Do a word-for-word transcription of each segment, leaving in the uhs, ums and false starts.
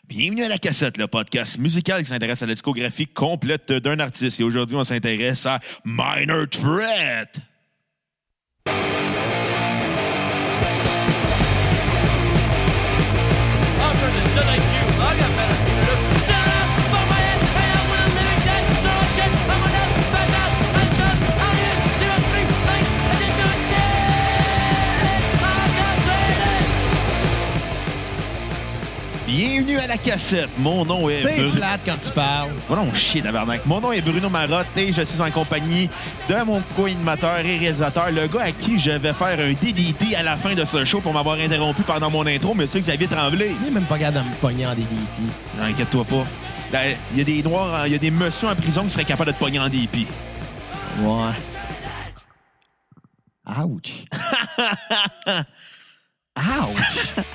Bienvenue à La Cassette, le podcast musical qui s'intéresse à la discographie complète d'un artiste. Et aujourd'hui, on s'intéresse à Minor Threat. Bienvenue à La Cassette. Mon nom est... C'est Bruno... plate quand tu parles. Mon nom, chier, tabarnak. Mon nom est Bruno Marotte et je suis en compagnie de mon co-animateur et réalisateur, le gars à qui je vais faire un D D T à la fin de ce show pour m'avoir interrompu pendant mon intro, monsieur Xavier Tremblay. Il n'est même pas capable de me pogner en D D T. Non, inquiète-toi pas. Il y a des noirs, il y a des messieurs en prison qui seraient capables de te pogner en D P. Ouais. Ouch. Ouch.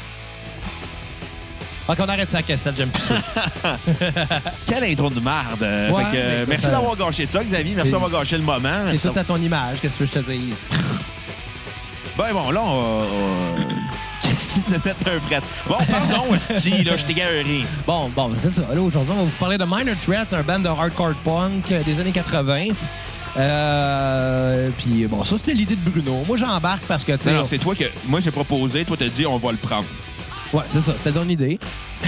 Fait qu'on arrête sa cassette, j'aime plus ça. Quelle intro de merde. Ouais, fait que, euh, merci ça... d'avoir gâché ça, Xavier. Merci d'avoir gâché le moment. C'est tout à ton image, qu'est-ce que je te dise? Ben bon, là, on va... Qu'est-ce de mettre un fret? Bon, pardon, esti, là, je t'ai garé. Bon, bon, c'est ça. Là, aujourd'hui, on va vous parler de Minor Threat, un band de hardcore punk des années quatre-vingt. Euh, puis bon, ça, c'était l'idée de Bruno. Moi, j'embarque parce que, tu sais... Non, non, c'est toi que... Moi, j'ai proposé, toi, t'as dit, on va le prendre. Ouais, c'est ça. C'était ton idée.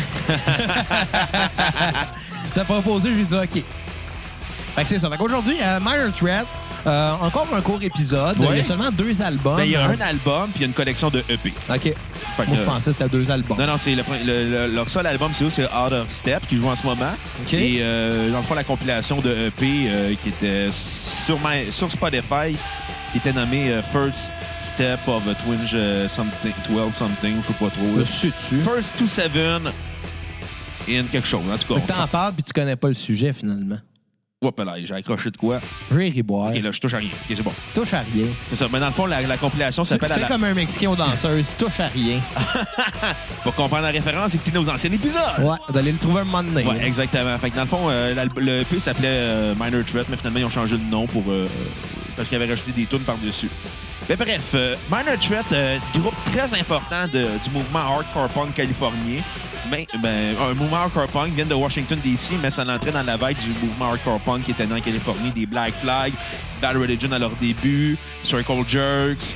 T'as proposé, j'ai dit OK. Fait que c'est ça. Fait qu'aujourd'hui, euh, Minor Threat, euh, encore un court épisode. Ouais. Il y a seulement deux albums. Ben, il y a un album puis il y a une collection de E P. OK. Fait Moi, que, je pensais que c'était deux albums. Non, non, c'est le, le, le, leur seul album, c'est où? C'est Out of Step qui joue en ce moment. OK. Et euh, dans le fond, la compilation de E P euh, qui était sur, my, sur Spotify, qui était nommé euh, First Step of a Twinge uh, something, douze something, je sais pas trop. Je suis dessus. First two seven in quelque chose, en tout cas. Fait que t'en parles puis tu connais pas le sujet, finalement. Hop là, j'ai accroché de quoi? J'ai boire. OK, là, je touche à rien. OK, c'est bon. Touche à rien. C'est ça. Mais dans le fond, la, la compilation s'appelle... Fais à la... comme un Mexicain aux danseuses. Touche à rien. Pour comprendre la référence, écoutez nos anciens épisodes. Ouais, d'aller le trouver un moment donné. Ouais, exactement. Fait que dans le fond, euh, le E P s'appelait euh, Minor Threat, mais finalement, ils ont changé de nom pour euh, parce qu'ils avaient rajouté des tunes par-dessus. Mais bref, euh, Minor Threat, euh, groupe très important de, du mouvement hardcore punk californien. Mais, ben, un mouvement hardcore punk vient de Washington, D C, mais ça l'entrait dans la vague du mouvement hardcore punk qui était né en Californie, des Black Flag, Bad Religion à leur début, Circle Jerks.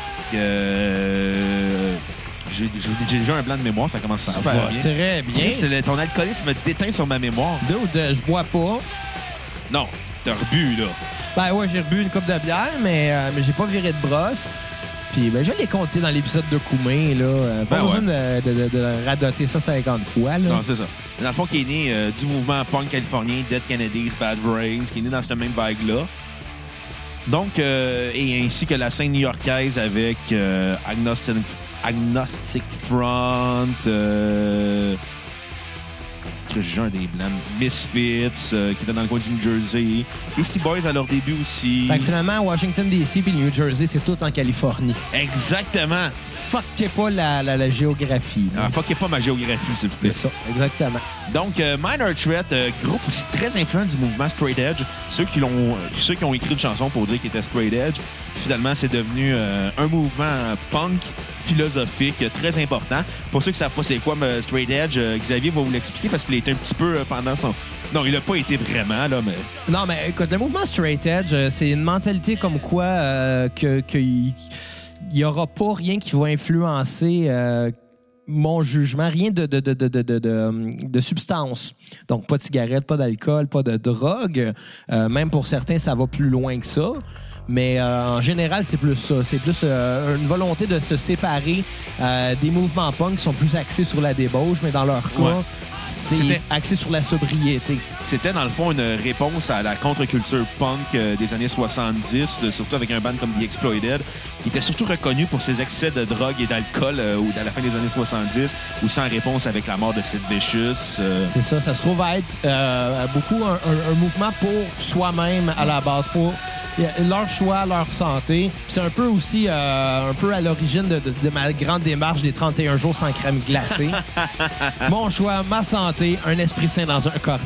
Euh, j'ai, j'ai déjà un blanc de mémoire, ça commence super va bien. Très bien. Chris, ton alcoolisme me déteint sur ma mémoire. Dude, euh, je bois pas. Non, t'as rebu, là. Ben ouais, j'ai rebu une coupe de bière, mais, euh, mais j'ai pas viré de brosse. Puis ben, je l'ai compté dans l'épisode de Koumé, là. Euh, pas Ben besoin ouais. de, de, de, de radoter ça cinquante fois, là. Non, c'est ça. Dans le fond, qui est né euh, du mouvement punk californien, Dead Kennedys, Bad Brains, qui est né dans cette même vague-là. Donc, euh, et ainsi que la scène new-yorkaise avec euh, Agnostic, Agnostic Front, euh, j'ai un des blancs, Misfits, euh, qui était dans le coin du New Jersey, Beastie Boys à leur début aussi. Fait que finalement, Washington, D C puis New Jersey, c'est tout en Californie. Exactement. Fuckez pas la, la, la géographie. Ah, fuckez pas ma géographie, s'il vous plaît. C'est ça, exactement. Donc, euh, Minor Threat, euh, groupe aussi très influent du mouvement Straight Edge. Ceux qui, l'ont, euh, ceux qui ont écrit une chanson pour dire qu'il était Straight Edge. Puis finalement, c'est devenu euh, un mouvement punk philosophique euh, très important. Pour ceux qui ne savent pas c'est quoi euh, Straight Edge, euh, Xavier va vous l'expliquer parce qu'il a été un petit peu euh, pendant son... Non, il n'a pas été vraiment, là, mais... Non, mais écoute, le mouvement Straight Edge, euh, c'est une mentalité comme quoi euh, que, que il n'y aura pas rien qui va influencer... Euh, mon jugement, rien de, de, de, de, de, de, de, de substance. Donc, pas de cigarette, pas d'alcool, pas de drogue. Euh, même pour certains, ça va plus loin que ça. Mais euh, en général, c'est plus ça. C'est plus euh, une volonté de se séparer euh, des mouvements punk qui sont plus axés sur la débauche, mais dans leur cas, ouais. c'est C'était... axé sur la sobriété. C'était, dans le fond, une réponse à la contre-culture punk euh, des années soixante-dix, euh, surtout avec un band comme The Exploited, qui était surtout reconnu pour ses excès de drogue et d'alcool euh, à la fin des années soixante-dix, ou sans réponse avec la mort de Sid Vicious. Euh... C'est ça. Ça se trouve à être euh, beaucoup un, un, un mouvement pour soi-même à la base, pour leur choix, leur santé. Puis c'est un peu aussi euh, un peu à l'origine de, de, de ma grande démarche des trente et un jours sans crème glacée. Mon choix, ma santé, un esprit sain dans un cornet. C'est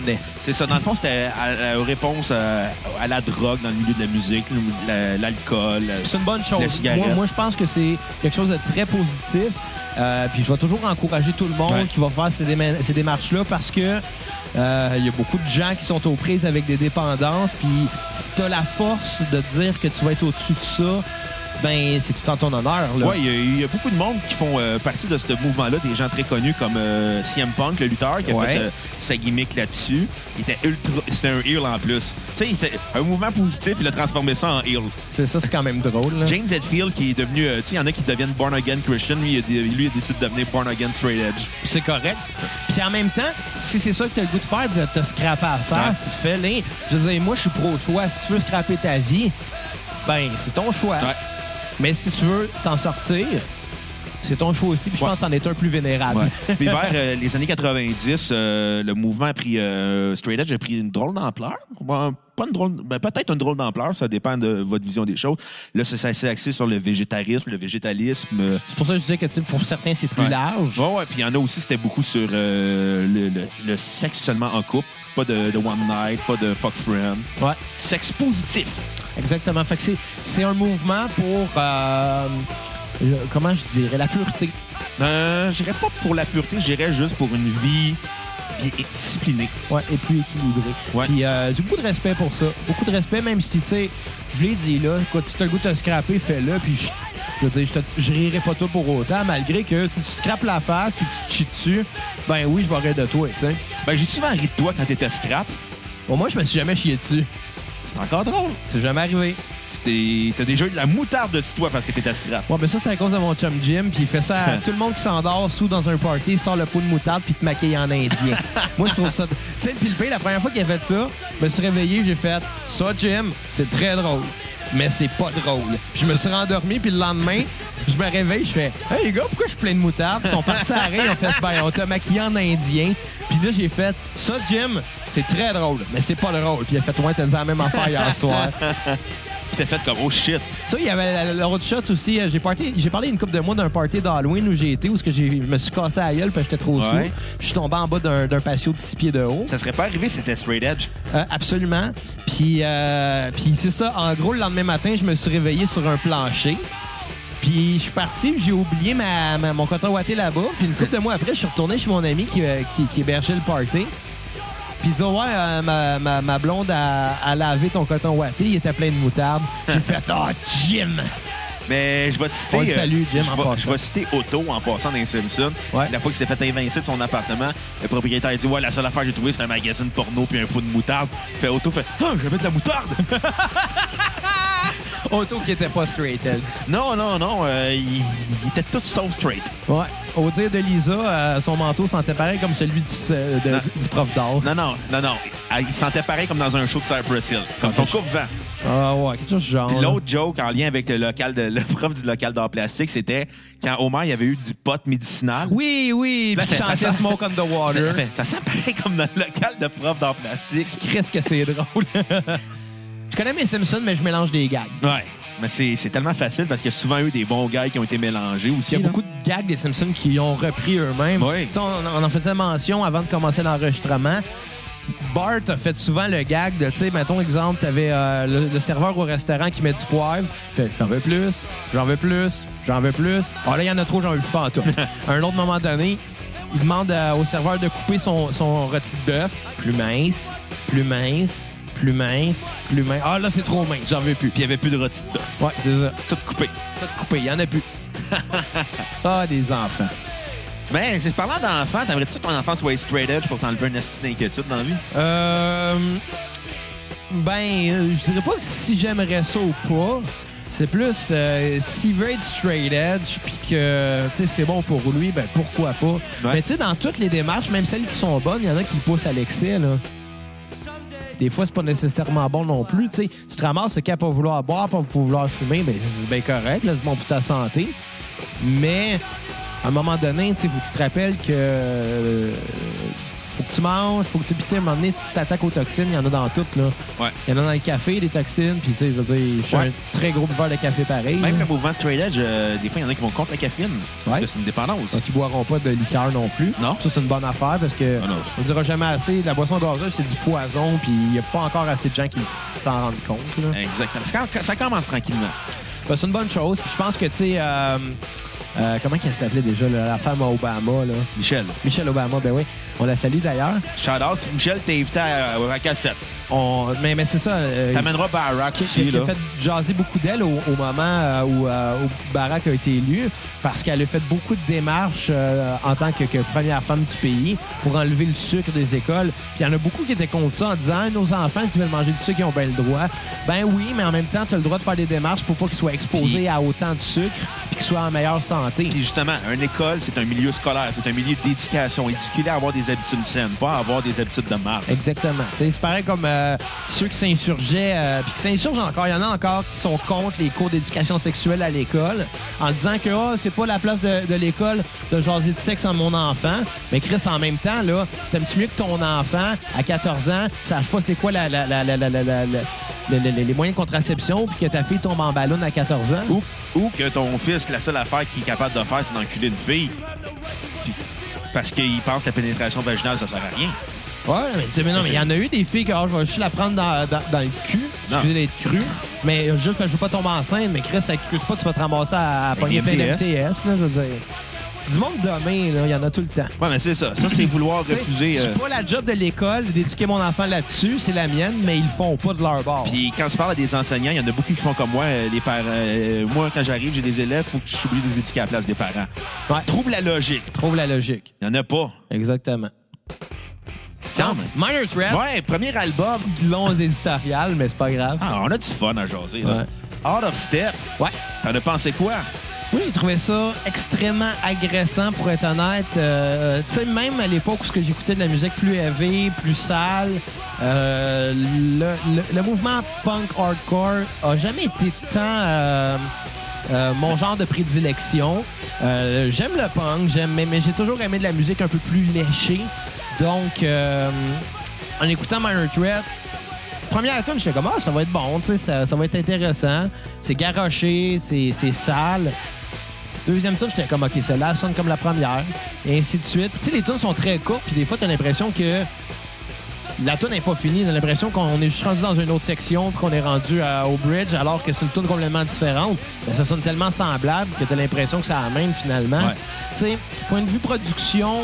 C'est ça. Dans le fond, c'était à, à, réponse à, à la drogue dans le milieu de la musique, la, l'alcool. C'est une bonne chose. La cigarette. Moi, moi, je pense que c'est quelque chose de très positif. Euh, puis je vais toujours encourager tout le monde ouais. qui va faire ces, déma- ces démarches-là parce que il euh, y a beaucoup de gens qui sont aux prises avec des dépendances. Puis si tu as la force de te dire que tu vas être au-dessus de ça, ben c'est tout en ton honneur. Oui, il y, y a beaucoup de monde qui font euh, partie de ce mouvement-là, des gens très connus comme euh, C M Punk, le lutteur, qui a ouais. fait euh, sa gimmick là-dessus. Il était ultra... C'était un heel en plus. Tu sais, c'est un mouvement positif, il a transformé ça en heel. C'est ça, c'est quand même drôle. Là. James Hetfield, qui est devenu... Euh, tu sais, il y en a qui deviennent born again Christian. Lui, il a, lui, il a décidé de devenir born again straight edge. C'est correct. Puis en même temps, si c'est ça que tu as le goût de faire, de te scraper à la face, ouais. fais-le. Je veux dire, moi, je suis pro-choix. Si tu veux scraper ta vie, ben c'est ton choix. Ouais. Mais si tu veux t'en sortir, c'est ton choix aussi. Puis je ouais. pense que c'en est un plus vénérable. Ouais. Puis vers euh, les années quatre-vingt-dix, euh, le mouvement a pris... Euh, straight edge a pris une drôle d'ampleur. Bon, pas une drôle... Ben, peut-être une drôle d'ampleur. Ça dépend de votre vision des choses. Là, ça s'est axé sur le végétarisme, le végétalisme. C'est pour ça que je disais que pour certains, c'est plus ouais. large. Ouais, ouais. Puis il y en a aussi, c'était beaucoup sur euh, le, le, le sexe seulement en couple. Pas de, de one night, pas de fuck friend. Ouais. Sexe positif. Exactement. Fait que c'est, c'est un mouvement pour, euh, comment je dirais, la pureté. Euh, j'irais pas pour la pureté, j'irais juste pour une vie disciplinée. Ouais, et plus équilibrée. Ouais. Puis euh, j'ai beaucoup de respect pour ça. Beaucoup de respect, même si, tu sais, je l'ai dit, là, quand tu as le goût de te scraper, fais-le, puis je, je veux dire, je, te, je rirai pas tout pour autant, malgré que si tu scrapes la face puis tu te chies dessus, ben oui, je vais rire de toi, tu sais. Ben, j'ai souvent ri de toi quand t'étais scrap. Bon, moi, je me suis jamais chié dessus. C'est encore drôle. C'est jamais arrivé. T'es, t'as déjà eu de la moutarde dessus toi parce que t'étais scrap. Ouais, ben ça, c'est à cause de mon chum Jim, puis il fait ça à tout le monde qui s'endort sous dans un party, il sort le pot de moutarde puis te maquille en indien. Moi, je trouve ça... Tu sais, puis le pire, la première fois qu'il a fait ça, je me suis réveillé, j'ai fait « Ça, Jim, c'est très drôle. » Mais c'est pas drôle. Puis je me suis rendormi, puis le lendemain, je me réveille, je fais « Hey les gars, pourquoi je suis plein de moutarde? » Ils sont partis à rire, ils ont fait « Ben, on t'a maquillé en indien. » Puis là, j'ai fait « Ça, Jim, c'est très drôle, mais c'est pas drôle. » Puis il a fait « Ouais, t'as dit la même affaire hier soir. » T'as fait comme « Oh shit! » Ça, il y avait l'autre shot aussi. J'ai, party, j'ai parlé une couple de mois d'un party d'Halloween où j'ai été, où que j'ai, je me suis cassé la gueule parce que j'étais trop ouais. sous. Puis je suis tombé en bas d'un, d'un patio de six pieds de haut. Ça serait pas arrivé, c'était straight edge. Euh, absolument. Puis, euh, puis c'est ça. En gros, le lendemain matin, je me suis réveillé sur un plancher. Puis je suis parti, j'ai oublié ma, ma, mon coton ouaté là-bas. Puis une couple de mois après, je suis retourné chez mon ami qui, qui, qui hébergeait le party. Puis il dit, ouais, euh, ma, ma, ma blonde a, a lavé ton coton ouaté, il était plein de moutarde. J'ai fait, oh, Jim! Mais je vais te citer. On le salue, Jim, euh, en je, vais, passant. je vais citer Otto en passant dans les Simpsons. Ouais. La fois qu'il s'est fait évincer de son appartement, le propriétaire a dit, ouais, la seule affaire que j'ai trouvée, c'est un magazine porno puis un pot de moutarde. Fait Otto fait, ah, oh, j'avais de la moutarde! Otto qui était pas straight edge. Non, non, non. Euh, il, il était tout sauf straight. Ouais. Au dire de Lisa, euh, son manteau sentait pareil comme celui du, euh, de, du prof d'art. Non, non, non, non. Il sentait pareil comme dans un show de Cypress Hill. Comme son coupe-vent. Ah ouais, quelque chose du genre. Puis l'autre joke en lien avec le local de, le prof du local d'art plastique, c'était quand Homer il avait eu du pot médicinal. Oui, oui. Puis il chantait sent, Smoke on the Water. Ça, ça sent pareil comme dans le local de prof d'art plastique. Qu'est-ce que c'est drôle. Je connais mes Simpsons, mais je mélange des gags. Ouais. Mais c'est, c'est tellement facile parce qu'il y a souvent eu des bons gags qui ont été mélangés aussi. Il y a là. beaucoup de gags des Simpsons qui ont repris eux-mêmes. Oui. On, on en faisait mention avant de commencer l'enregistrement. Bart a fait souvent le gag de, tu sais, mettons, exemple, t'avais euh, le, le serveur au restaurant qui met du poivre. Fait, j'en veux plus, j'en veux plus, j'en veux plus. Ah là, il y en a trop, j'en veux plus pas en tout. À un autre moment donné, il demande euh, au serveur de couper son, son rôti de bœuf. Plus mince, plus mince, plus mince, plus mince. Ah là, c'est trop mince, j'en veux plus. Puis il n'y avait plus de rôti de bœuf. Ouais, c'est ça. Tout coupé. Tout coupé, il y en a plus. Ah, des enfants. Ben, c'est parlant d'enfants, t'aimerais-tu que ton enfant soit straight edge pour t'enlever une astuce d'inquiétude dans la vie? Euh. Ben, je dirais pas que si j'aimerais ça ou pas. C'est plus, euh, s'il veut être straight edge puis que, tu sais, c'est bon pour lui, ben pourquoi pas. Ouais. Mais tu sais, dans toutes les démarches, même celles qui sont bonnes, il y en a qui le poussent à l'excès, là. Des fois, c'est pas nécessairement bon non plus, tu sais. Tu te ramasses ce qu'à pas vouloir boire, pas pour vouloir fumer, ben c'est bien correct, là, c'est bon pour ta santé. Mais... à un moment donné, il faut que tu te rappelles que euh, faut que que tu manges, faut que tu... Puis, tu sais, à un moment donné, si tu t'attaques aux toxines, il y en a dans toutes, là. Ouais. Il y en a dans le café, des toxines, puis, tu sais, je veux dire, je suis Ouais. un très gros buveur de café pareil. Même là. le mouvement straight edge, euh, des fois, il y en a qui vont contre la caféine. Parce Ouais. que c'est une dépendance. Donc, ils boiront pas de liqueur non plus. Non. Ça, c'est une bonne affaire parce que Ah non. on dira jamais assez. La boisson gazeuse, c'est du poison, puis il n'y a pas encore assez de gens qui s'en rendent compte. Là. Exactement. Ça commence- Ça commence tranquillement. Ben, c'est une bonne chose. Puis je pense que, tu sais, euh, euh, comment qu'elle s'appelait déjà, là, la femme à Obama, là? Michel. Michelle Obama, ben oui. On la salue d'ailleurs. Shout-out. Michel, t'es invité à, à cassette. On... Mais, mais c'est ça. euh, T'amèneras Barack qui, aussi, qui a là. fait jaser beaucoup d'elle au, au moment euh, où, euh, où Barack a été élu, parce qu'elle a fait beaucoup de démarches euh, en tant que, que première femme du pays pour enlever le sucre des écoles. Puis il y en a beaucoup qui étaient contre ça en disant « Nos enfants, s'ils veulent manger du sucre, ils ont bien le droit. » Ben oui, mais en même temps, tu as le droit de faire des démarches pour pas qu'ils soient exposés Puis- à autant de sucre puis qu'ils soient en meilleure santé. Puis justement, une école, c'est un milieu scolaire, c'est un milieu d'éducation. Éduquer à avoir des habitudes saines, pas à avoir des habitudes de marde. Exactement. T'sais, c'est pareil comme euh, ceux qui s'insurgeaient, euh, puis qui s'insurgent encore. Il y en a encore qui sont contre les cours d'éducation sexuelle à l'école en disant que oh, c'est pas la place de, de l'école de jaser de sexe à mon enfant. Mais Chris, en même temps, là, t'aimes-tu mieux que ton enfant, à quatorze ans, sache pas c'est quoi la, la, la, la, la, la, la, la- le- le- les moyens de contraception, puis que ta fille tombe en ballon à quatorze ans? Ou, ou que ton fils, la seule affaire qu'il est capable de faire, c'est d'enculer une fille. Puis- parce qu'il pense que la pénétration vaginale, ça sert à rien. Ouais, mais, tu sais, mais non, mais il y en a eu des filles que oh, je vais juste la prendre dans, dans, dans le cul, excusez d'être cru, mais juste parce que je veux pas tomber enceinte, mais Chris, ça excuse pas, tu vas te ramasser à, à pogner plein des de M M T T S, là, je veux dire. Du monde demain, là, il y en a tout le temps. Ouais, mais c'est ça. Ça, c'est vouloir Tu sais, refuser. euh, C'est pas la job de l'école d'éduquer mon enfant là-dessus, c'est la mienne, mais ils le font pas de leur bord. Puis quand tu parles à des enseignants, il y en a beaucoup qui font comme moi. euh, Les parents, euh, moi, quand j'arrive, j'ai des élèves, faut que je suis obligé de les éduquer à la place des parents. Ouais. Trouve la logique. Trouve la logique. Il n'y en a pas. Exactement. Quand Donc, Minor Threat, Ouais, premier album. petit long éditorial, mais c'est pas grave. Ah, on a du fun à jaser. Là. Ouais. Out of Step. Ouais. T'en as pensé quoi? Oui, j'ai trouvé ça extrêmement agressant, pour être honnête. Euh, tu sais, même à l'époque où ce que j'écoutais de la musique plus heavy, plus sale, euh, le, le- le mouvement punk hardcore a jamais été tant euh, euh, mon genre de prédilection. Euh, j'aime le punk, j'aime, mais, mais j'ai toujours aimé de la musique un peu plus léchée. Donc, euh, en écoutant Minor Threat, première tune, j'étais comme, ah, ça va être bon, tu sais, ça, ça va être intéressant. C'est garoché, c'est c'est sale. Deuxième tune, j'étais comme, OK, celle-là sonne comme la première. Et ainsi de suite. Tu sais, les tunes sont très courtes, puis des fois, t'as l'impression que la tune n'est pas finie. T'as l'impression qu'on est juste rendu dans une autre section, puis qu'on est rendu à- au bridge, alors que c'est une tune complètement différente. Mais ça sonne tellement semblable que t'as l'impression que c'est la même, finalement. Ouais. Tu sais, point de vue production,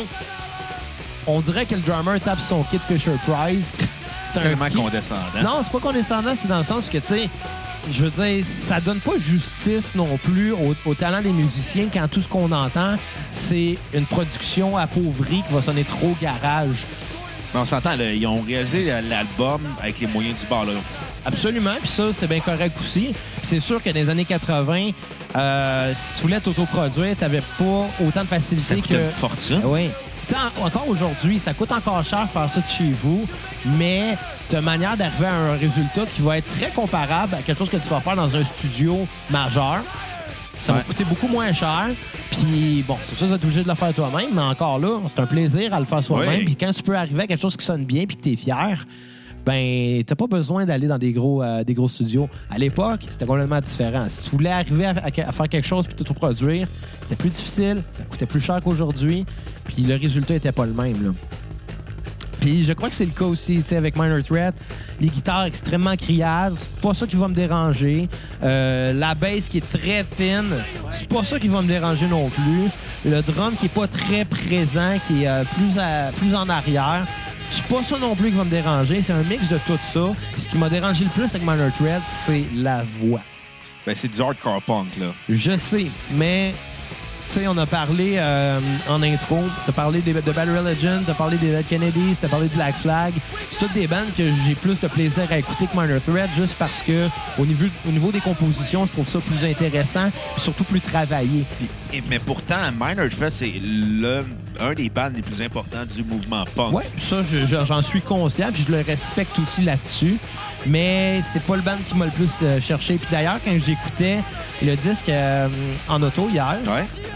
on dirait que le drummer tape son kit Fisher-Price. C'est un Tellement kit- condescendant. Non, c'est pas condescendant, c'est dans le sens que, tu sais, je veux dire, ça donne pas justice non plus au, au talent des musiciens quand tout ce qu'on entend, c'est une production appauvrie qui va sonner trop garage. Mais on s'entend, là, ils ont réalisé l'album avec les moyens du bord. Là. Absolument, puis ça, c'est bien correct aussi. Puis c'est sûr que dans les années quatre-vingt, euh, si tu voulais t'autoproduire, t'avais pas autant de facilité Ça coûtait que... une fortune. Oui. Tu sais, en- encore aujourd'hui, ça coûte encore cher faire ça de chez vous, mais de manière d'arriver à un résultat qui va être très comparable à quelque chose que tu vas faire dans un studio majeur. Ça va Ouais. coûter beaucoup moins cher. Puis, bon, c'est sûr que tu es obligé de le faire toi-même, mais encore là, c'est un plaisir à le faire soi-même. Oui. Puis quand tu peux arriver à quelque chose qui sonne bien puis que tu es fier, ben, t'as pas besoin d'aller dans des gros, euh, des gros studios. À l'époque, c'était complètement différent. Si tu voulais arriver à, à- à faire quelque chose puis t'auto-produire, c'était plus difficile, ça coûtait plus cher qu'aujourd'hui, puis le résultat était pas le même, là. Puis je crois que c'est le cas aussi, tu sais, avec Minor Threat. Les guitares extrêmement criardes, c'est pas ça qui va me déranger. Euh, la bass qui est très fine, c'est pas ça qui va me déranger non plus. Le drum qui est pas très présent, qui est euh, plus, à- plus en arrière, c'est pas ça non plus qui va me déranger. C'est un mix de tout ça. Puis ce qui m'a dérangé le plus avec Minor Threat, c'est la voix. Ben, c'est du hardcore punk, là. Je sais, mais tu sais, on a parlé euh, en intro, t'as parlé des, de Bad Religion, t'as parlé des Dead Kennedys, t'as parlé de Black Flag. C'est toutes des bandes que j'ai plus de plaisir à écouter que Minor Threat, juste parce que au niveau, au niveau des compositions, je trouve ça plus intéressant et surtout plus travaillé. Et- mais pourtant, Minor Threat, c'est le, un des bands les plus importants du mouvement punk. Ouais, ça, je- je- j'en suis conscient, puis je le respecte aussi là-dessus. Mais c'est pas le band qui m'a le plus euh, cherché. Puis d'ailleurs, quand j'écoutais le disque euh, en auto hier, Ouais.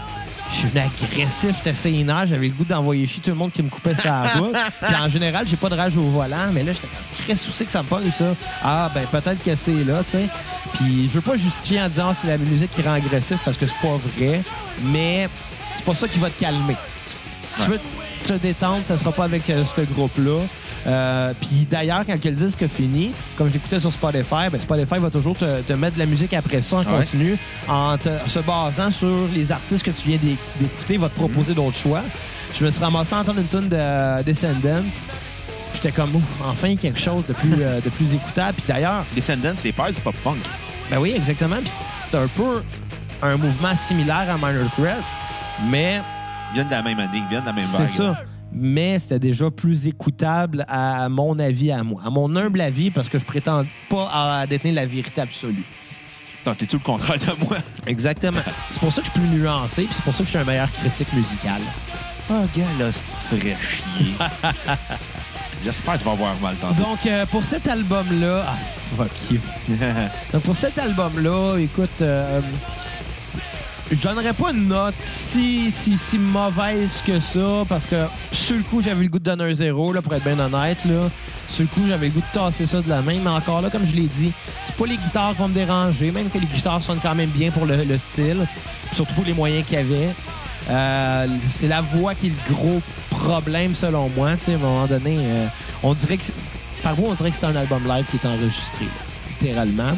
je suis venu agressif, j'étais sénère, j'avais le goût d'envoyer chier tout le monde qui me coupait sur la route. Puis en général, j'ai pas de rage au volant, mais là, j'étais comme, très soucié que ça me parle, ça. Ah, ben peut-être que c'est là, tu sais. Puis je veux pas justifier en disant c'est la musique qui rend agressif parce que c'est pas vrai, mais c'est pas ça qui va te calmer. Si tu veux te détendre, ça sera pas avec euh, ce groupe-là. Euh, Puis d'ailleurs, quand le disque finit, comme je l'écoutais sur Spotify, ben Spotify va toujours te, te mettre de la musique après ça en continu, ouais. en te, se basant sur les artistes que tu viens d'écouter, va te proposer mmh. d'autres choix. Je me suis ramassé à entendre une tune de Descendants. J'étais comme, ouf, enfin quelque chose de plus, euh, de plus écoutable. Puis d'ailleurs... Descendants, c'est les pères du pop-punk. Ben oui, exactement. Puis c'est un peu un mouvement similaire à Minor Threat, mais... Ils viennent de la même année, ils viennent de la même vague. C'est ça. Là. Mais c'était déjà plus écoutable à mon avis à moi. À mon humble avis, parce que je prétends pas à détenir la vérité absolue. Non, t'es tout le contraire de moi. Exactement. C'est pour ça que je suis plus nuancé, puis c'est pour ça que je suis un meilleur critique musical. Ah, oh, gars, là, si tu te ferais chier. J'espère que tu vas avoir mal tantôt. Donc, euh, pour cet album-là... Ah, c'est fuck you. Donc, pour cet album-là, écoute... Euh, je donnerais pas une note si, si, si mauvaise que ça, parce que sur le coup, j'avais le goût de donner un zéro, là, pour être bien honnête. Là. Sur le coup, j'avais le goût de tasser ça de la main, mais encore là, comme je l'ai dit, c'est pas les guitares qui vont me déranger, même que les guitares sonnent quand même bien pour le, le style, surtout pour les moyens qu'il y avait. Euh, c'est la voix qui est le gros problème, selon moi. T'sais, à un moment donné, euh, on dirait que... Par bout, on dirait que c'est un album live qui est enregistré, là, littéralement.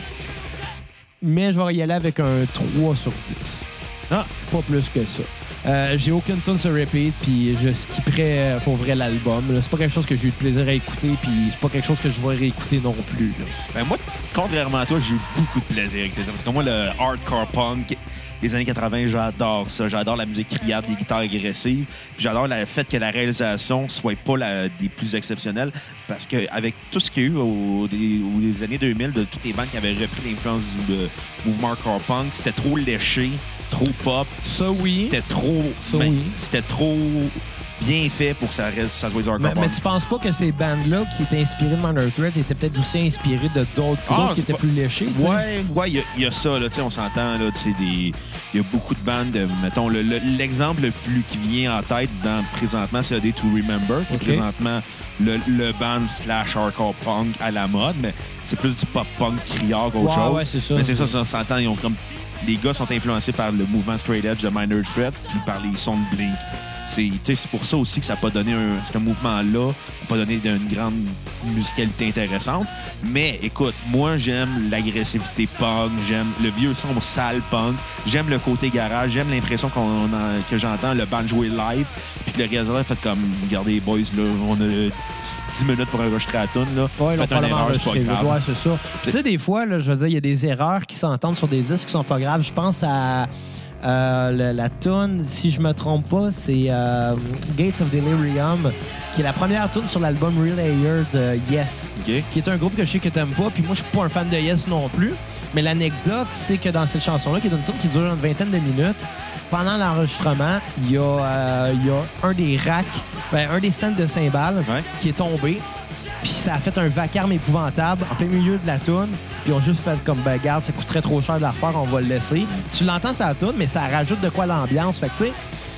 Mais je vais y aller avec un trois sur dix. Ah, pas plus que ça. Euh, j'ai aucune tune sur repeat, puis je skipperais pour vrai l'album. Là. C'est pas quelque chose que j'ai eu de plaisir à écouter, puis c'est pas quelque chose que je vais réécouter non plus. Là. Ben moi, contrairement à toi, j'ai eu beaucoup de plaisir avec ça. Parce que moi, le hardcore punk des années quatre-vingts, j'adore ça. J'adore la musique criarde, des guitares agressives. Puis j'adore le fait que la réalisation soit pas la, des plus exceptionnelles. Parce qu'avec tout ce qu'il y a eu au, des, aux des années deux mille, de toutes les bandes qui avaient repris l'influence du mouvement hardcore punk, c'était trop léché, trop pop. Ça, oui. C'était trop... Ça, ben, oui. C'était trop... bien fait pour que ça reste ça soit du hardcore mais, mais tu penses pas que ces bandes-là qui étaient inspirées de Minor Threat étaient peut-être aussi inspirées de d'autres groupes ah, qui étaient pas... plus léchés? T'sais? Ouais, ouais, il y, y a ça, là, on s'entend, là, il y a beaucoup de bandes, de, mettons, le, le, l'exemple le plus qui vient en tête dans, présentement, c'est A Day to Remember, qui okay. est présentement le, le band slash hardcore punk à la mode, mais c'est plus du pop-punk criard qu'autre ouais, chose. Ouais, c'est ça. Mais c'est ça, ça on s'entend, ils ont comme... Les gars sont influencés par le mouvement straight edge de Minor Threat puis par les sons de Blink. C'est, c'est pour ça aussi que ça n'a pas donné un, ce mouvement-là, n'a pas donné une grande musicalité intéressante. Mais écoute, moi j'aime l'agressivité punk, j'aime le vieux son sale punk, j'aime le côté garage, j'aime l'impression qu'on a, que j'entends le band jouer live, puis que le réalisateur a fait comme, regardez les boys, là, on a dix minutes pour enregistrer la tune, là. Ouais, faites une erreur, c'est pas grave. Ouais, c'est ça. Tu sais, des fois, là, je veux dire, il y a des erreurs qui s'entendent sur des disques qui sont pas graves. Je pense à... Euh, le, la tune, si je me trompe pas, c'est euh, Gates of Delirium, qui est la première tune sur l'album Real Air de Yes, okay. qui est un groupe que je sais que t'aimes pas, puis moi je suis pas un fan de Yes non plus, mais l'anecdote, c'est que dans cette chanson-là, qui est une tune qui dure une vingtaine de minutes, pendant l'enregistrement, il y, euh, y a un des racks, ben, un des stands de cymbales ouais. qui est tombé. Puis ça a fait un vacarme épouvantable en plein milieu de la toune. Puis ils ont juste fait comme, ben garde, ça coûterait trop cher de la refaire, on va le laisser. Tu l'entends sur la toune, mais ça rajoute de quoi l'ambiance. Fait que tu sais,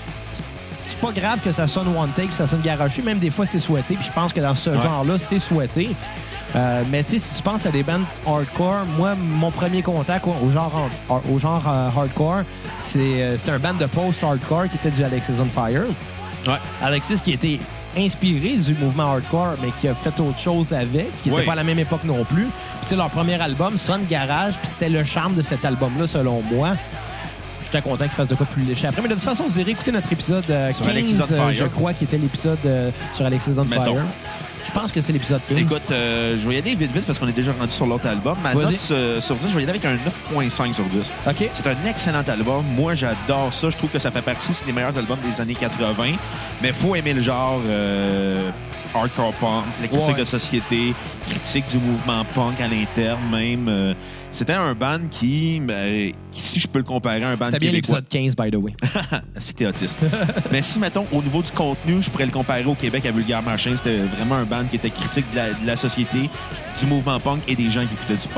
c'est pas grave que ça sonne one take, que ça sonne garoché. Même des fois, c'est souhaité. Puis je pense que dans ce ouais. genre-là, c'est souhaité. Euh, mais tu sais, si tu penses à des bands hardcore, moi, mon premier contact au genre, au genre euh, hardcore, c'est, euh, c'était un band de post-hardcore qui était du Alexis on Fire. Ouais. Alexis qui était inspiré du mouvement hardcore, mais qui a fait autre chose avec, qui n'était oui. pas à la même époque non plus. Puis leur premier album, sonne garage, puis c'était le charme de cet album-là, selon moi. J'étais content qu'il fasse de quoi plus léché après. Mais de toute façon, vous irez écouter notre épisode euh, quinze, euh, je crois, qui était l'épisode euh, sur Alexis on Fire. Je pense que c'est l'épisode quinze. Écoute, euh, je vais y aller vite vite parce qu'on est déjà rendu sur l'autre album. Ma note euh, sur dix, je vais y aller avec un neuf virgule cinq sur dix. OK. C'est un excellent album. Moi, j'adore ça. Je trouve que ça fait partie des meilleurs albums des années quatre-vingts. Mais il faut aimer le genre euh, hardcore punk, les critiques ouais. de société, critique du mouvement punk à l'interne même. Euh, C'était un band qui, ben, qui, si je peux le comparer à un band C'était bien québécois... l'épisode quinze, by the way. C'est que t'es autiste. Mais si, mettons, au niveau du contenu, je pourrais le comparer au Québec à Vulgaire Machin. C'était vraiment un band qui était critique de la, de la société, du mouvement punk et des gens qui écoutaient du punk.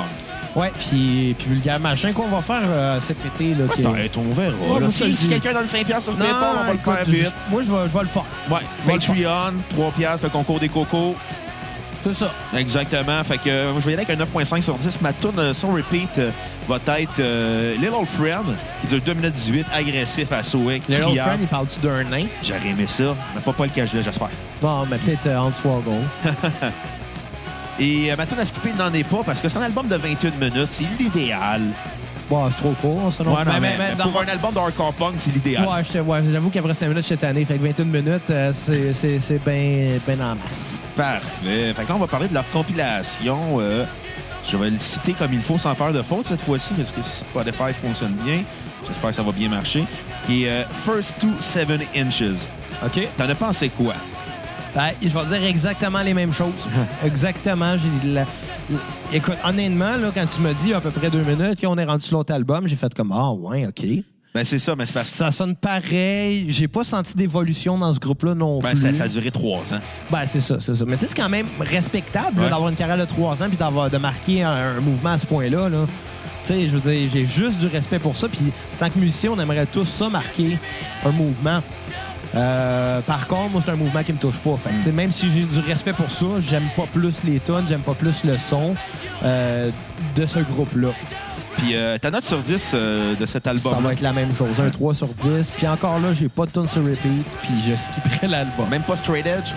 Ouais, puis, puis Vulgaire Machin qu'on va faire euh, cet été. Là, qui est... Peut-être, on verra. Ouais, là. si Si, si quelqu'un donne cinq piastres sur non, PayPal, on va écoute, le faire vite. je- Moi, je vais, je vais le faire. Ouais, Je vais le Patreon, trois piastres, le concours des cocos. C'est ça. Exactement. Fait que euh, moi, je vais y aller avec un neuf virgule cinq sur dix. Ma tune euh, sur repeat euh, va être euh, Little Friend, qui dure deux minutes dix-huit, agressif à souhait, Le Little criard. Friend, il parle-tu d'un nain? J'aurais aimé ça, mais pas pas le cache là, j'espère. Bon, mais peut-être euh, Hans Swaggle. Et euh, ma tune à skipper n'en est pas parce que c'est un album de vingt et une minutes, c'est l'idéal. Bon, c'est trop court, ça. non? Ouais, non, Mais- mais, mais- mais mais pour dans- un album de hardcore punk, c'est l'idéal. Ouais, j'étais- ouais, j'avoue qu'après cinq minutes cette année, fait que vingt et une minutes, euh, c'est, c'est, c'est bien ben en masse. Parfait. Fait que là, on va parler de leur compilation. Euh, je vais le citer comme il faut sans faire de faute cette fois-ci parce que Spotify fonctionne bien. J'espère que ça va bien marcher. Qui est euh, First to seven Inches. OK? T'en as pensé quoi? Ben, je vais dire exactement les mêmes choses. Exactement. J'ai la- la- Écoute, honnêtement, là, quand tu me dis à peu près deux minutes qu'on est rendu sur l'autre album, j'ai fait comme ah ouais, OK. Ben, c'est ça, mais c'est parce que Ça sonne pareil. J'ai pas senti d'évolution dans ce groupe-là non ben, plus. ça, ça a duré trois ans. Ben, c'est ça, c'est ça. Mais tu sais, c'est quand même respectable là, Ouais. d'avoir une carrière de trois ans puis d'avoir de marquer un, un mouvement à ce point-là. Là. Tu sais, je veux dire, j'ai juste du respect pour ça. Puis, en tant que musicien, on aimerait tous ça, marquer un mouvement. Euh, par contre, moi, c'est un mouvement qui me touche pas. Fait que, tu sais, même si j'ai du respect pour ça, j'aime pas plus les tonnes, j'aime pas plus le son euh, de ce groupe-là. Puis euh, ta note sur dix euh, de cet album. Ça va être la même chose, un trois sur dix. Puis encore là, j'ai pas de tonne sur repeat, puis je skipperai l'album. Même pas Straight Edge?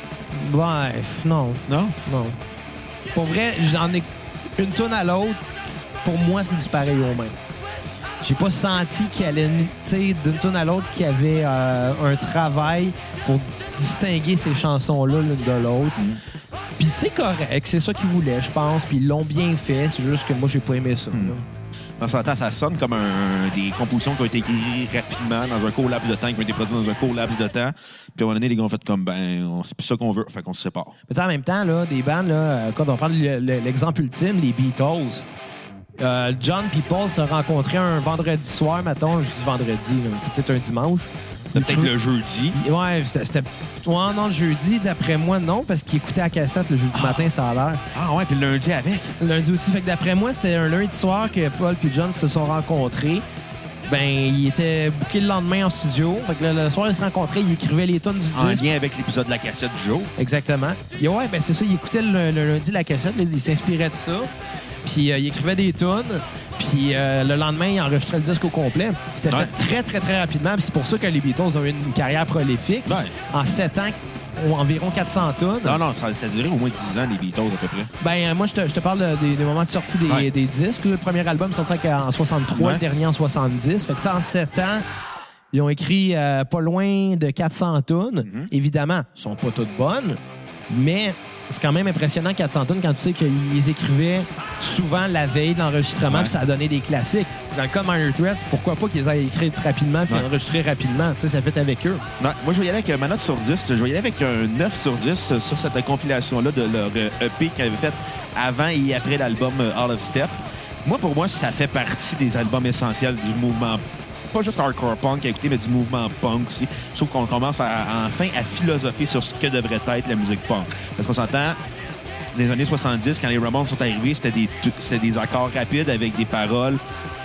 Bref, non. Non? Non. Pour vrai, j'en ai une tonne à l'autre. Pour moi, c'est du pareil au même. J'ai pas senti qu'il allait, tu sais, d'une tonne à l'autre, qu'il y avait euh, un travail pour distinguer ces chansons-là l'une de l'autre. Puis c'est correct, c'est ça qu'ils voulaient, je pense. Puis ils l'ont bien fait, c'est juste que moi, j'ai pas aimé ça. là. On s'entend, ça sonne comme un, des compositions qui ont été écrites rapidement dans un court laps de temps, qui ont été produites dans un court laps de temps. Puis à un moment donné, les gars ont fait comme, ben, on- c'est plus ça qu'on veut, fait qu'on se sépare. Mais tu sais, en même temps, là, des bandes, là, euh, quand on prend le- le- l'exemple ultime, les Beatles, euh, John et Paul se rencontraient un vendredi soir, mettons, je dis vendredi, là, c'était peut-être un dimanche. Peut-être le jeudi. Ouais, c'était... c'était- Ouais, non, le jeudi, d'après moi, non, parce qu'ils écoutaient à cassette le jeudi matin, ça a l'air. Ah ouais, puis le lundi avec. Lundi aussi. Fait que d'après moi, c'était un lundi soir que Paul et John se sont rencontrés. Ben, ils étaient bookés le lendemain en studio. Fait que le, le soir, ils se rencontraient, ils écrivaient les tonnes du En disque. lien avec l'épisode de la cassette du jour. Exactement. Et ouais, ben c'est ça, ils écoutaient le, le lundi la cassette, là, ils s'inspiraient de ça. Puis euh, ils écrivaient des tunes. Puis euh, le lendemain, ils enregistraient le disque au complet. C'était Ouais. fait très, très, très rapidement. Puis c'est pour ça que les Beatles ont eu une carrière prolifique. Ouais. En sept ans, ont environ quatre cents tunes. Non, non, ça, ça a duré au moins dix ans, les Beatles, à peu près. Ben, euh, moi, je te, je te parle de- des, des moments de sortie des, Ouais. des disques. Le premier album est sorti en soixante-trois, Ouais. le dernier en soixante-dix. Fait que ça, en sept ans, ils ont écrit euh, pas loin de quatre cents tunes. Mhm. Évidemment, elles sont pas toutes bonnes, mais c'est quand même impressionnant quatre cents tunes quand tu sais qu'ils écrivaient souvent la veille de l'enregistrement, Ouais. puis ça a donné des classiques. Dans le cas de Minor Threat, pourquoi pas qu'ils aient écrit rapidement puis Ouais. enregistré rapidement? Tu sais, ça fait avec eux. Non, moi, je vais y aller avec euh, ma note sur dix. Je vais y aller avec un neuf sur dix euh, sur cette compilation-là de leur euh, E P qu'ils avaient fait avant et après l'album euh, Out of Step. Moi, pour moi, ça fait partie des albums essentiels du mouvement, pas juste hardcore punk à écouter, mais du mouvement punk aussi. Je trouve qu'on commence à, à- enfin à philosopher sur ce que devrait être la musique punk. Parce qu'on s'entend, dans les années soixante-dix, quand les Ramones sont arrivés, c'était des, c'était des accords rapides avec des paroles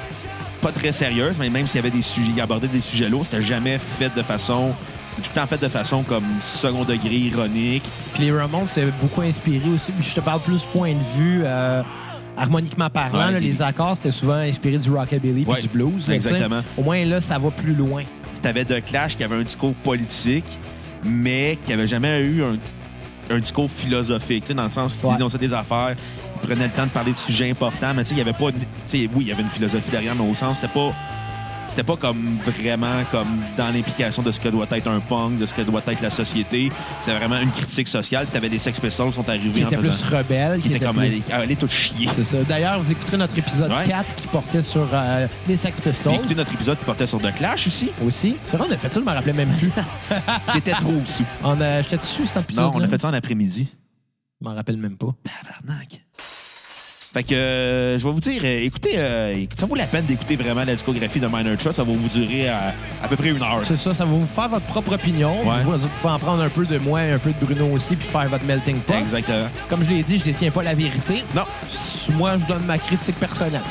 pas très sérieuses, mais même s'il y avait des sujets, ils abordaient des sujets lourds, c'était jamais fait de façon... C'était tout le temps fait de façon comme second degré, ironique. Puis les Ramones, c'est beaucoup inspiré aussi. Puis je te parle plus point de vue euh, harmoniquement parlant. Ouais, là, les- les accords, c'était souvent inspiré du rockabilly puis Ouais, du blues. là, exactement. tu sais. Au moins, là, ça va plus loin. T'avais The Clash qui avait un discours politique, mais qui avait jamais eu un, un discours philosophique, tu sais, dans le sens où Ouais. il dénonçait des affaires, il prenait le temps de parler de sujets importants, mais tu sais, il y avait pas... une- tu sais, oui, il y avait une philosophie derrière, mais au sens, c'était pas... C'était pas comme vraiment comme dans l'implication de ce que doit être un punk, de ce que doit être la société. C'était vraiment une critique sociale. T'avais des Sex Pistols qui sont arrivés Qui en était faisant... plus rebelle. Qui était comme... plus- Allez, allez tout chier. C'est ça. D'ailleurs, vous écouterez notre épisode Ouais. quatre qui portait sur euh, les Sex Pistols. J'ai écouté notre épisode qui portait sur The Clash aussi. Aussi. C'est vrai, on a fait ça, je me rappelais même plus. T'étais trop aussi. on a, j'étais dessus cet épisode. Non, on a fait ça en après-midi. Je m'en rappelle même pas. Tabarnak. Fait que euh, je vais vous dire, euh, écoutez, euh, ça vaut la peine d'écouter vraiment la discographie de Minor Threat. Ça va vous durer à, à peu près une heure. C'est ça, ça va vous faire votre propre opinion. Ouais. Vous, vous pouvez en prendre un peu de moi, un peu de Bruno aussi, puis faire votre melting pot. Exactement. Comme je l'ai dit, je ne détiens pas la vérité. Non. Moi, je donne ma critique personnelle.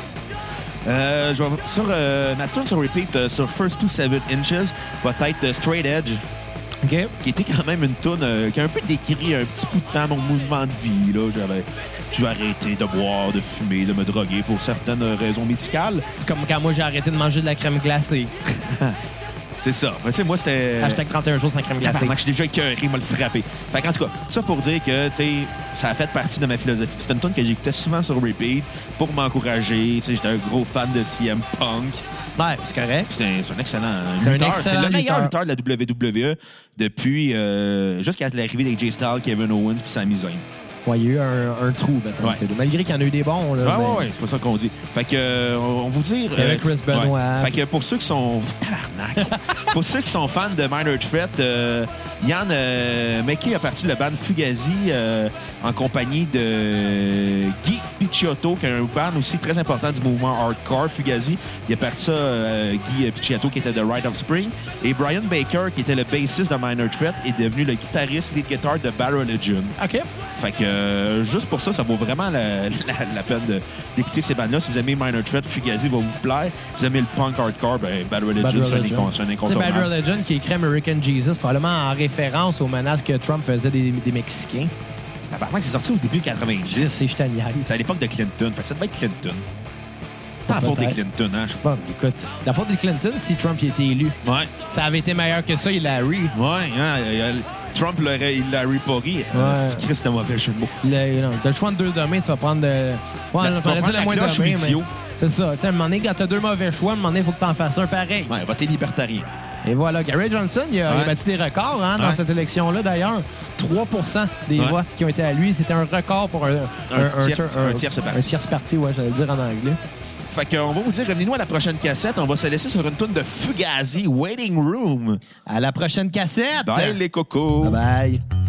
Euh, je vais, sur euh, ma tune sur repeat euh, sur First to Seven Inches va être euh, Straight Edge, OK? qui était quand même une tune euh, qui a un peu décrit un petit bout de temps mon mouvement de vie. Là. J'avais dû arrêter de boire, de fumer, de me droguer pour certaines raisons médicales. Comme quand moi, j'ai arrêté de manger de la crème glacée. C'est ça. Mais tu sais, moi, c'était... Hashtag trente et un jours sans crème glacée. Tabarnak, je suis déjà écœuré, il m'a le frappé. Fait qu'en tout cas, ça pour dire que, tu sais, ça a fait partie de ma philosophie. C'était une tune que j'écoutais souvent sur repeat pour m'encourager. Tu sais, j'étais un gros fan de C M Punk. Ouais, c'est correct. C'est un, c'est un excellent C'est un lutteur. excellent C'est le meilleur lutteur. lutteur de la W W E depuis, euh, jusqu'à l'arrivée des J Styles, Kevin Owens puis Sami Zayn. Ouais, il y a eu un, un trou, mettons. Ouais. Malgré qu'il y en a eu des bons. Là, Ouais, ben, ouais, ouais, c'est pas ça qu'on dit. Fait que, euh, on on vous dire... Il y avait Chris Benoit. ouais. Fait que pour ceux qui sont... Tabarnak! Pour ceux qui sont fans de Minor Threat, euh, Yann euh, Mekki a parti le band Fugazi euh, en compagnie de Guy Picciotto, qui est un band aussi très important du mouvement hardcore, Fugazi. Il a parti ça, euh, Guy Picciotto, qui était de Rite of Spring. Et Brian Baker, qui était le bassiste de Minor Threat, est devenu le guitariste lead guitar de Bad Religion. OK. Fait que euh, juste pour ça, ça vaut vraiment la, la, la peine de, d'écouter ces bandes-là. Si vous aimez Minor Threat, Fugazi va vous plaire. Si vous aimez le punk hardcore, ben Bad Religion, Bad c'est un Religion. incon- c'est un Tu sais, incontournable. Bad Religion qui écrit American Jesus, probablement en référence aux menaces que Trump faisait des, des Mexicains. Tabarnak, c'est sorti au début quatre-vingt-dix. C'est je te niaise. C'est à l'époque de Clinton. Fait que ça devait être Clinton. C'est la faute des Peut-être. Clinton, hein? Bon, écoute, la faute de Clinton, si Trump y était élu, Ouais. ça avait été meilleur que ça, Hillary. Ouais, hein? euh, Trump l'aurait, il l'a repori. Ouais. Christ, c'est un mauvais jeu de mots. Le, non, t'as le choix de deux domaines, tu vas prendre de. Ouais, La- on tu vas pourrait dire prendre le la moins cloche ou domaine, mais. l'idiot. C'est ça. Tu sais, à un moment donné, quand t'as deux mauvais choix, à un moment donné, il faut que t'en fasses un pareil. Ouais, votez libertarien. Et voilà, Gary Johnson, il a, Ouais. il a battu des records hein, dans Ouais. cette élection-là, d'ailleurs. trois pour cent des Ouais. votes qui ont été à lui. C'était un record pour un, Un tiers- un tierce parti. Un tierce parti, ouais, j'allais le dire en anglais. Fait qu'on va vous dire, revenez-nous à la prochaine cassette. On va se laisser sur une toune de Fugazi, Waiting Room. À la prochaine cassette! Bye les cocos. Bye bye!